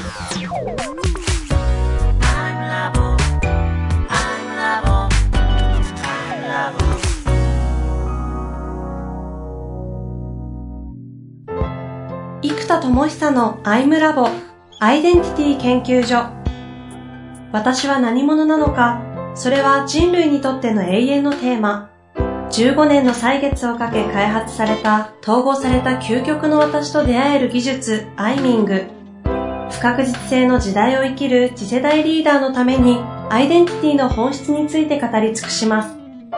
生田智久のアイムラボアイデンティティ研究所。私は何者なのか、それは人類にとっての永遠のテーマ。15年の歳月をかけ開発された統合された究極の私と出会える技術アイミング。不確実性の時代を生きる次世代リーダーのためにアイデンティティの本質について語り尽くします。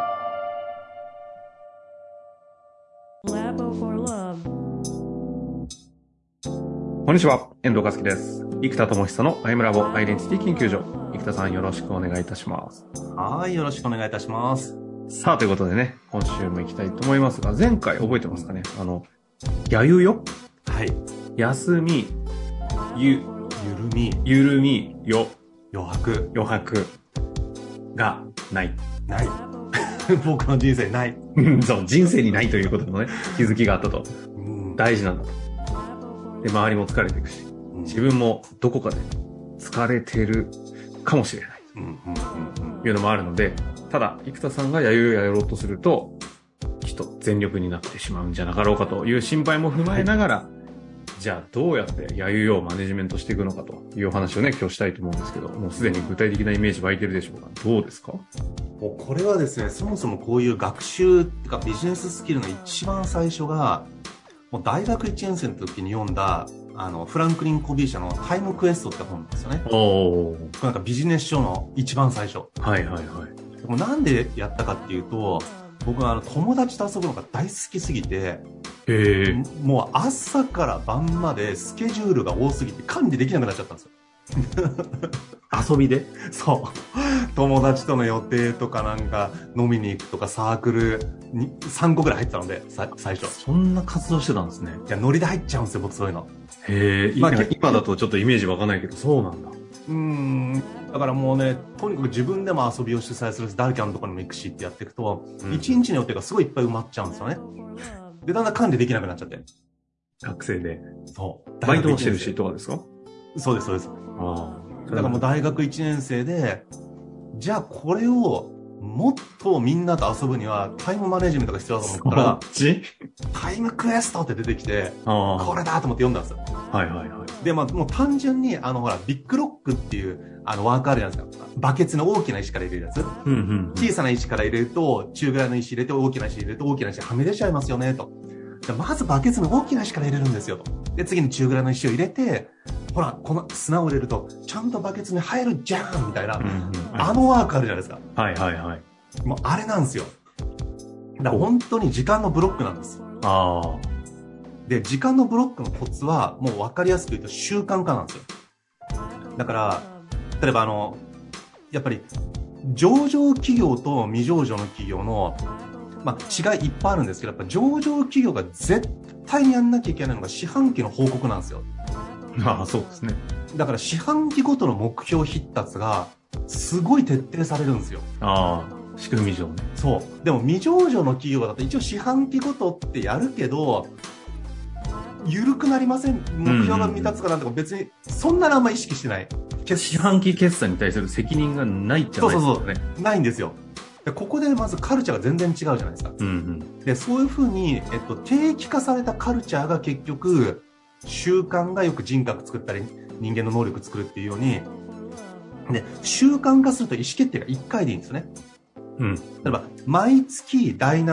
こんにちは、遠藤和樹です。生田智久のアイムラボアイデンティティ研究所。生田さんよろしくお願いいたします。 はい、よろしくお願いいたします。 さあ、ということでね、今週も行きたいと思いますが、前回覚えてますかね、やゆよ。 はい。 休み、ゆるみ、よ。余白がない。 ない。僕の人生ない。 そう、人生にないということのね、気づきがあったと。大事なんだと。で、周りも疲れていくし、自分もどこかで疲れてるかもしれない。というのもあるので、ただ、生田さんがやろうとすると、きっと全力になってしまうんじゃなかろうかという心配も踏まえながら、じゃあどうやってやゆよをマネジメントしていくのかというお話をね、今日したいと思うんですけど、もうすでに具体的なイメージ湧いてるでしょうか。どうですか？ もうこれはですね、そもそもこういう学習とかビジネススキルの一番最初が、もう大学1年生の時に読んだフランクリン・コビー社のタイムクエストって本なんですよね。なんかビジネス書の一番最初。 はい。 もうなんでやったかっていうと、僕は友達と遊ぶのが大好きすぎて、もう朝から晩までスケジュールが多すぎて管理できなくなっちゃったんですよ。 遊びで？ そう。友達との予定とかなんか飲みに行くとかサークルに3個ぐらい入ってたので、最初。 そんな活動してたんですね。 いや、ノリで入っちゃうんですよ、僕そういうの。 今だとちょっとイメージ湧かないけど、そうなんだ。 だからもうね、とにかく自分でも遊びを主催するし、誰かのところにも行くしってやっていくと、1日の予定がすごいいっぱい埋まっちゃうんですよね。で、だんだん管理できなくなっちゃって。 学生で。 そう。 バイトをしてるしとかですか？ そうです。だからもう大学1年生で、じゃあこれをもっとみんなと遊ぶにはタイムマネジメントが必要だと思ったら、タイムクエストって出てきて、これだと思って読んだんですよ。で、もう単純に、ほら、ビッグロックっていう、ワークあるじゃないですか。バケツの大きな石から入れるやつ。小さな石から入れると、中ぐらいの石入れて、大きな石入れると、大きな石はみ出ちゃいますよね、と。まずバケツの大きな石から入れるんですよ、と。で、次に中ぐらいの石を入れて、ほら、この砂を入れると、ちゃんとバケツに入るじゃんみたいな、ワークあるじゃないですか。もうあれなんですよ。だから本当に時間のブロックなんです。で、時間のブロックのコツは、もう分かりやすく言うと習慣化なんですよ。だから、例えばやっぱり、上場企業と未上場の企業の、違いいっぱいあるんですけど、やっぱ上場企業が絶対にやんなきゃいけないのが四半期の報告なんですよ。 そうですね。 だから四半期ごとの目標必達が、すごい徹底されるんですよ。 仕組み上ね。 そう。でも未上場の企業だと一応四半期ごとってやるけど、緩くなりません。目標が満たつかなんとか別に、そんなにあんま意識してない。 四半期決算に対する責任がないじゃないですかね。 そう。ないんですよ。でここでまずカルチャーが全然違うじゃないですか。で、そういうふうに、定期化されたカルチャーが結局、習慣がよく人格作ったり、人間の能力作るっていうように、で、習慣化すると意思決定が1回でいいんですよね。例えば、毎月例えば第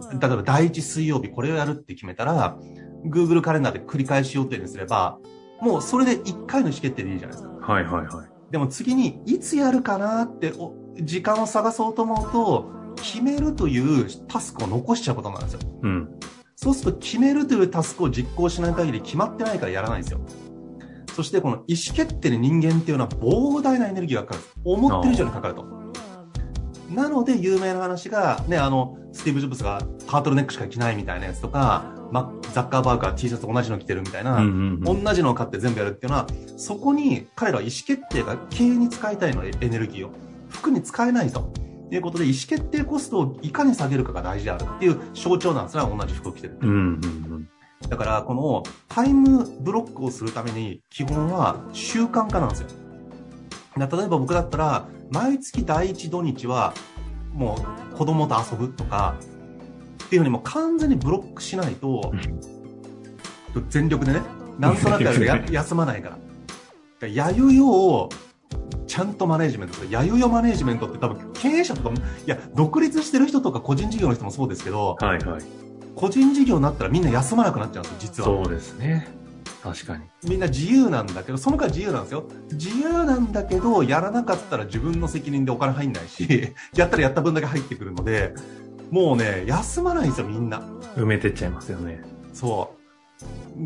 1水曜日これをやるって決めたら、Google カレンダーで繰り返し予定にすれば、もうそれで1回の意思決定でいいじゃないですか。でも次に、いつやるかなって時間を探そうと思うと、決めるというタスクを残しちゃうことなんですよ。そうすると、決めるというタスクを実行しない限り決まってないからやらないんですよ。そして、この意思決定に人間っていうのは膨大なエネルギーがかかる。思ってる以上にかかると。なので、有名な話が、ね、スティーブ・ジョブズがタートルネックしか着ないみたいなやつとか、ザッカーバーグが T シャツ同じの着てるみたいな、同じのを買って全部やるっていうのは、そこに彼らは意思決定が経営に使いたいので、エネルギーを。服に使えないと。ということで、意思決定コストをいかに下げるかが大事であるっていう象徴なんですね、同じ服を着てる。 だからこのタイムブロックをするために基本は習慣化なんですよ。例えば僕だったら毎月第1土日はもう子供と遊ぶとかっていうふうにもう完全にブロックしないと全力でね、なんとなく休まないから。やゆよをちゃんとマネージメントする。やゆよマネージメントって多分経営者とかも、いや、独立してる人とか個人事業の人もそうですけど、 はいはい。 個人事業になったらみんな休まなくなっちゃうんですよ、実は。 そうですね。確かに。 みんな自由なんだけど、その代わり自由なんですよ。自由なんだけど、やらなかったら自分の責任でお金入んないし、やったらやった分だけ入ってくるので、もうね、休まないんですよ、みんな。 埋めてっちゃいますよね。 そう。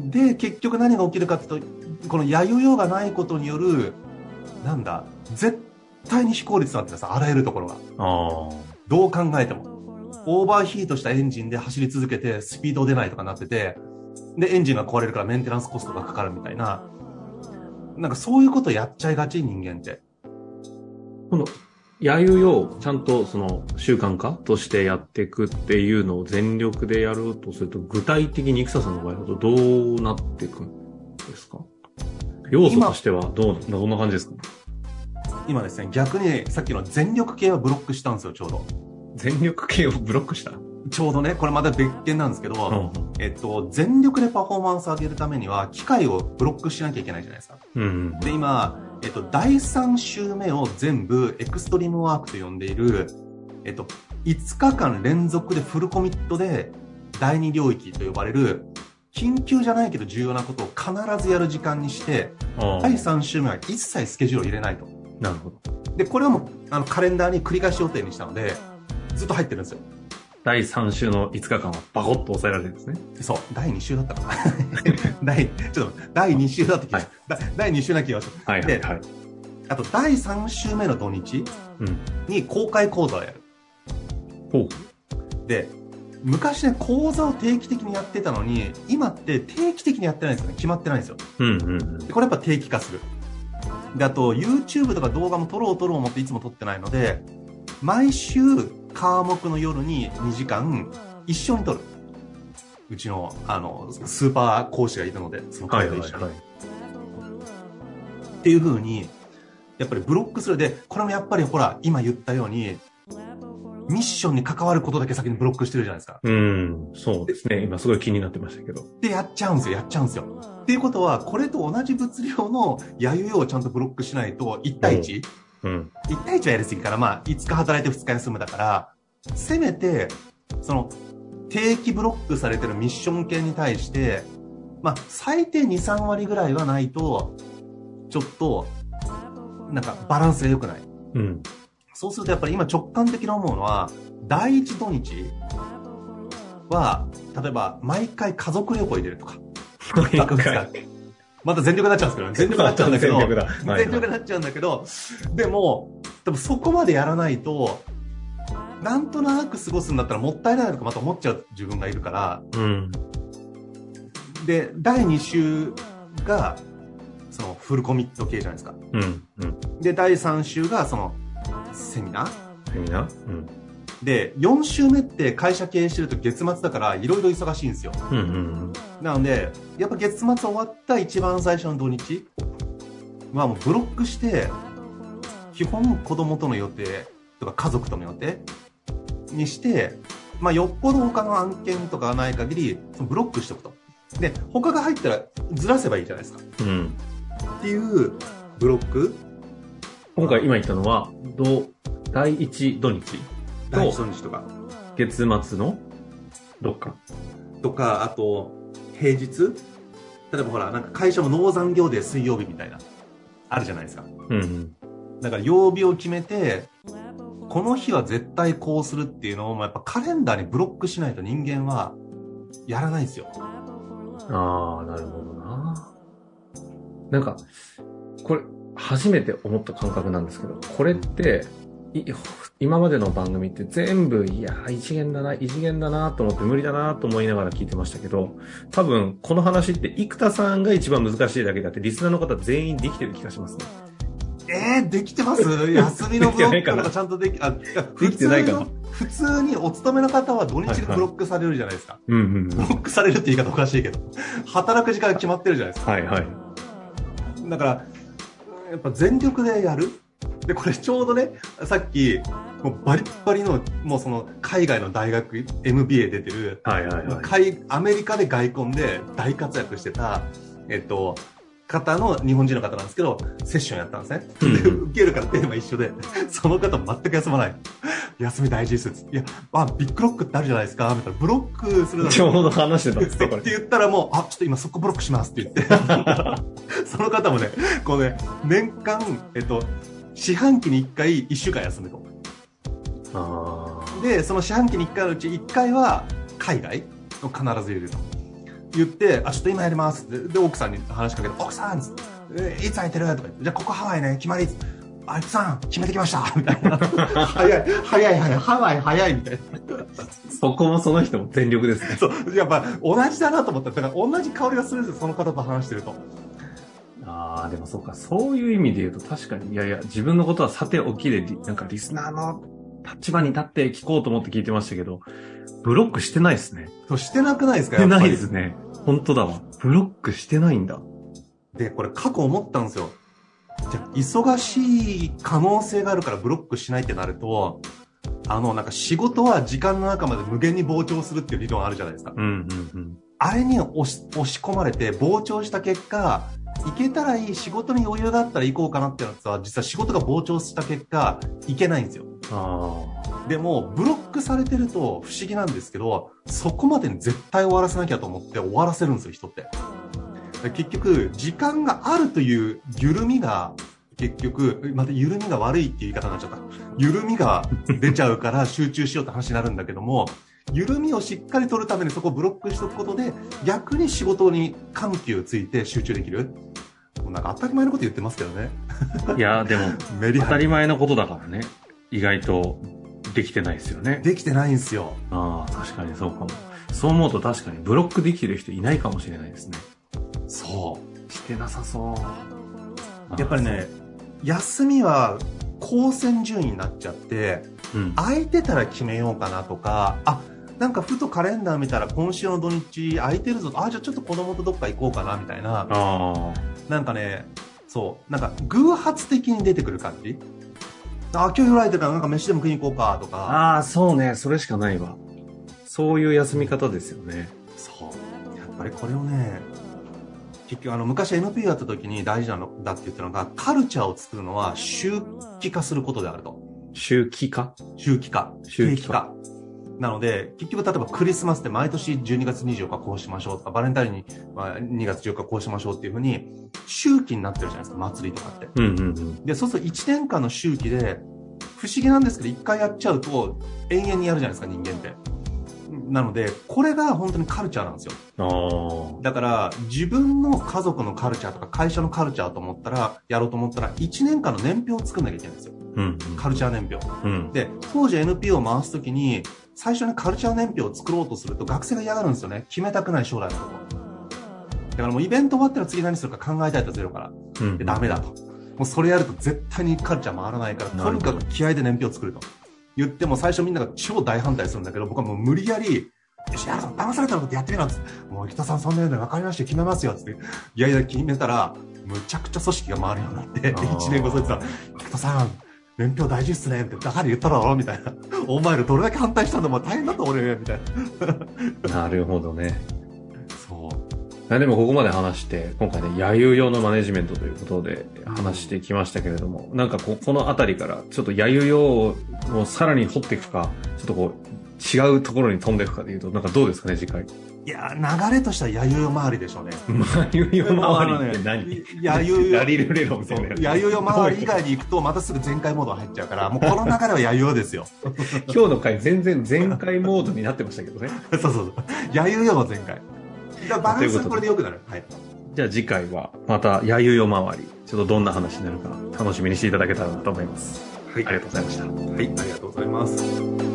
で、結局何が起きるかっていうと、このやゆよがないことによる、なんだ、絶対に非効率になってるんですよ、あらゆるところが。どう考えても。オーバーヒートしたエンジンで走り続けて、スピード出ないとかなってて、で、エンジンが壊れるからメンテナンスコストがかかるみたいな、なんかそういうことやっちゃいがち、人間って。 この、やゆよをちゃんとその習慣化としてやっていくっていうのを全力でやるとすると、具体的に生田さんの場合だとどうなっていくんですか？要素としてはどんな感じですか？ 今ですね、逆にさっきの全力系はブロックしたんですよ、ちょうど。 全力系をブロックした？ ちょうどね、これまた別件なんですけど、全力でパフォーマンスを上げるためには、機械をブロックしなきゃいけないじゃないですか。で、今、第3週目を全部エクストリームワークと呼んでいる、5日間連続でフルコミットで、第2領域と呼ばれる、緊急じゃないけど重要なことを必ずやる時間にして、第3週目は一切スケジュールを入れないと。 なるほど。 で、これはもう、カレンダーに繰り返し予定にしたので、ずっと入ってるんですよ。 第3週の5日間はバコッと抑えられるんですね。 そう。第2週だったかな。第2週だった気がする。第2週な気がする。 はいはいはい。 あと、第3週目の土日に公開講座をやる。で、昔ね、講座を定期的にやってたのに、今って定期的にやってないんですよね。決まってないんですよ。でこれやっぱ定期化する。で、あと、YouTube とか動画も撮ろう思っていつも撮ってないので、毎週、科目の夜に2時間一緒に撮る。うちの、スーパー講師がいるので、その彼と一緒に。っていう風に、やっぱりブロックするで、これもやっぱりほら、今言ったように、ミッションに関わることだけ先にブロックしてるじゃないですか。 そうですね。今すごい気になってましたけど。 で、やっちゃうんですよ。っていうことは、これと同じ物量のやゆよをちゃんとブロックしないと、1対 1?1 対1はやりすぎから、5日働いて2日休むだから、せめて、その、定期ブロックされてるミッション系に対して、最低2、3割ぐらいはないと、ちょっと、なんかバランスが良くない。そうするとやっぱり今直感的に思うのは、第1土日は、例えば毎回家族旅行入れるとか。また全力になっちゃうんですけどね。全力になっちゃうんだけど。全力になっちゃうんだけど、でも、多分そこまでやらないと、なんとなく過ごすんだったらもったいないのかまた思っちゃう自分がいるから。で、第2週が、そのフルコミット系じゃないですか。で、第3週がその、セミナーで、4週目って会社経営してると月末だからいろいろ忙しいんですよ。なので、やっぱ月末終わった一番最初の土日はもうブロックして、基本子供との予定とか家族との予定にして、よっぽど他の案件とかがない限り、そのブロックしておくと。で、他が入ったらずらせばいいじゃないですか。っていうブロック。 今回今言ったのは、第1土日第1土日とか。 月末のどっか。 とか、あと、平日例えばほら、なんか会社も農残業で水曜日みたいな、あるじゃないですか。だから曜日を決めて、この日は絶対こうするっていうのを、やっぱカレンダーにブロックしないと人間はやらないんですよ。 なるほどな。なんか、これ、初めて思った感覚なんですけど、これって、今までの番組って全部、異次元だなと思って無理だなと思いながら聞いてましたけど、多分この話って生田さんが一番難しいだけであって、リスナーの方全員できてる気がしますね。 できてます？休みのブロックとかちゃんとできてないかな。普普通にお勤めの方は土日でブロックされるじゃないですか。 ブロックされるって言い方おかしいけど、働く時間が決まってるじゃないですか。 はいはい。 だから、やっぱ全力でやる。で、これちょうどね、さっき、もうバリッバリの、もうその海外の大学、MBA 出てる、 はいはいはい。 アメリカで外コンで大活躍してた、方の、日本人の方なんですけど、セッションやったんですね。で、受けるからテーマ一緒で、その方全く休まない。休み大事です。いや、ビッグロックってあるじゃないですか、みたいな。ブロックするのちょうど話してたんですか、これ。 って言ったらもう、ちょっと今そこブロックしますって言って。その方もね、こうね、年間、四半期に1回1週間休むと。で、その四半期に1回のうち1回は海外を必ず入れると。言って、ちょっと今やりますって。で、奥さんに話しかけて、奥さんいつ空いてるとか言って、じゃあここハワイね、決まり。あいつさん、決めてきましたみたいな。早い、ハワイ早いみたいな。 そこもその人も全力ですね。 そう、やっぱ同じだなと思った。だから同じ香りがするんですよ、その方と話してると。 でもそうか、そういう意味で言うと確かに、いやいや、自分のことはさておきで、なんかリスナーの立場に立って聞こうと思って聞いてましたけど、ブロックしてないですね。 そう、してなくないですか？ してないですね。本当だわ。ブロックしてないんだ。 で、これ過去思ったんですよ。じゃあ、忙しい可能性があるからブロックしないってなると、なんか仕事は時間の中まで無限に膨張するっていう理論あるじゃないですか。あれに押し込まれて膨張した結果、行けたらいい、仕事に余裕があったら行こうかなってやつは、実は仕事が膨張した結果、行けないんですよ。でも、ブロックされてると不思議なんですけど、そこまでに絶対終わらせなきゃと思って終わらせるんですよ、人って。結局、時間があるという緩みが、結局、また緩みが悪いっていう言い方になっちゃった。緩みが出ちゃうから集中しようって話になるんだけども、緩みをしっかり取るためにそこをブロックしておくことで、逆に仕事に緩急ついて集中できる。なんか当たり前のこと言ってますけどね。 いや、でも、当たり前のことだからね。意外とできてないですよね。 できてないんですよ。 確かにそうかも。そう思うと確かにブロックできてる人いないかもしれないですね。 そう。 してなさそう。 やっぱりね、休みは高専順位になっちゃって、空いてたら決めようかなとか、なんかふとカレンダー見たら今週の土日空いてるぞ。じゃあちょっと子供とどっか行こうかなみたいな。なんかね、そう、なんか偶発的に出てくる感じ。今日空いてるからなんか飯でも食いに行こうかとか。 そうね、それしかないわ。そういう休み方ですよね。 そう。やっぱりこれをね、結局昔 NPO やった時に大事なのだって言ったのが、カルチャーを作るのは周期化することであると。 周期化。 なので、結局例えばクリスマスって毎年12月24日こうしましょうとか、バレンタインに2月14日こうしましょうっていうふうに、周期になってるじゃないですか、祭りとかって。で、そうすると1年間の周期で、不思議なんですけど、1回やっちゃうと、延々にやるじゃないですか、人間って。なので、これが本当にカルチャーなんですよ。だから、自分の家族のカルチャーとか会社のカルチャーと思ったら、やろうと思ったら、1年間の年表を作んなきゃいけないんですよ。カルチャー年表。で、当時 NPO を回すときに、最初にカルチャー年表を作ろうとすると、学生が嫌がるんですよね。決めたくない将来のこと。だからもうイベント終わったら次何するか考えたいとゼロから。で、ダメだと。もうそれやると絶対にカルチャー回らないから、とにかく気合で年表を作ると。言っても最初みんなが超大反対するんだけど、僕はもう無理やり、よし、やるぞ、騙されたことやってみろっつって、もう北さんそんなようで分かりまして決めますよっつって、いやいや決めたら、むちゃくちゃ組織が回るようになって、1年後そいつは、北さん、年表大事っすねって、だから言っただろみたいな。お前らどれだけ反対したんだ、もう大変だと俺、みたいな。なるほどね。 そう。 でもここまで話して、今回ね、弥生用のマネジメントということで話してきましたけれども、なんかこのあたりからちょっと弥生用をさらに掘っていくか、ちょっとこう違うところに飛んでいくかでいうと、なんかどうですかね、次回。 いや、流れとしては弥生用周りでしょうね。 弥生用周りって何？弥生用。ラリルレロみたいなやつ。 弥生用周り以外に行くと、またすぐ全開モード入っちゃうから、もうこの流れは弥生用ですよ。 今日の回全然全開モードになってましたけどね。 そう。弥生用の全開。バランスはこれで良くなる。はい。 じゃあ次回はまた弥生用周り、ちょっとどんな話になるか楽しみにしていただけたらと思います。 はい。 ありがとうございました。 はい、ありがとうございます。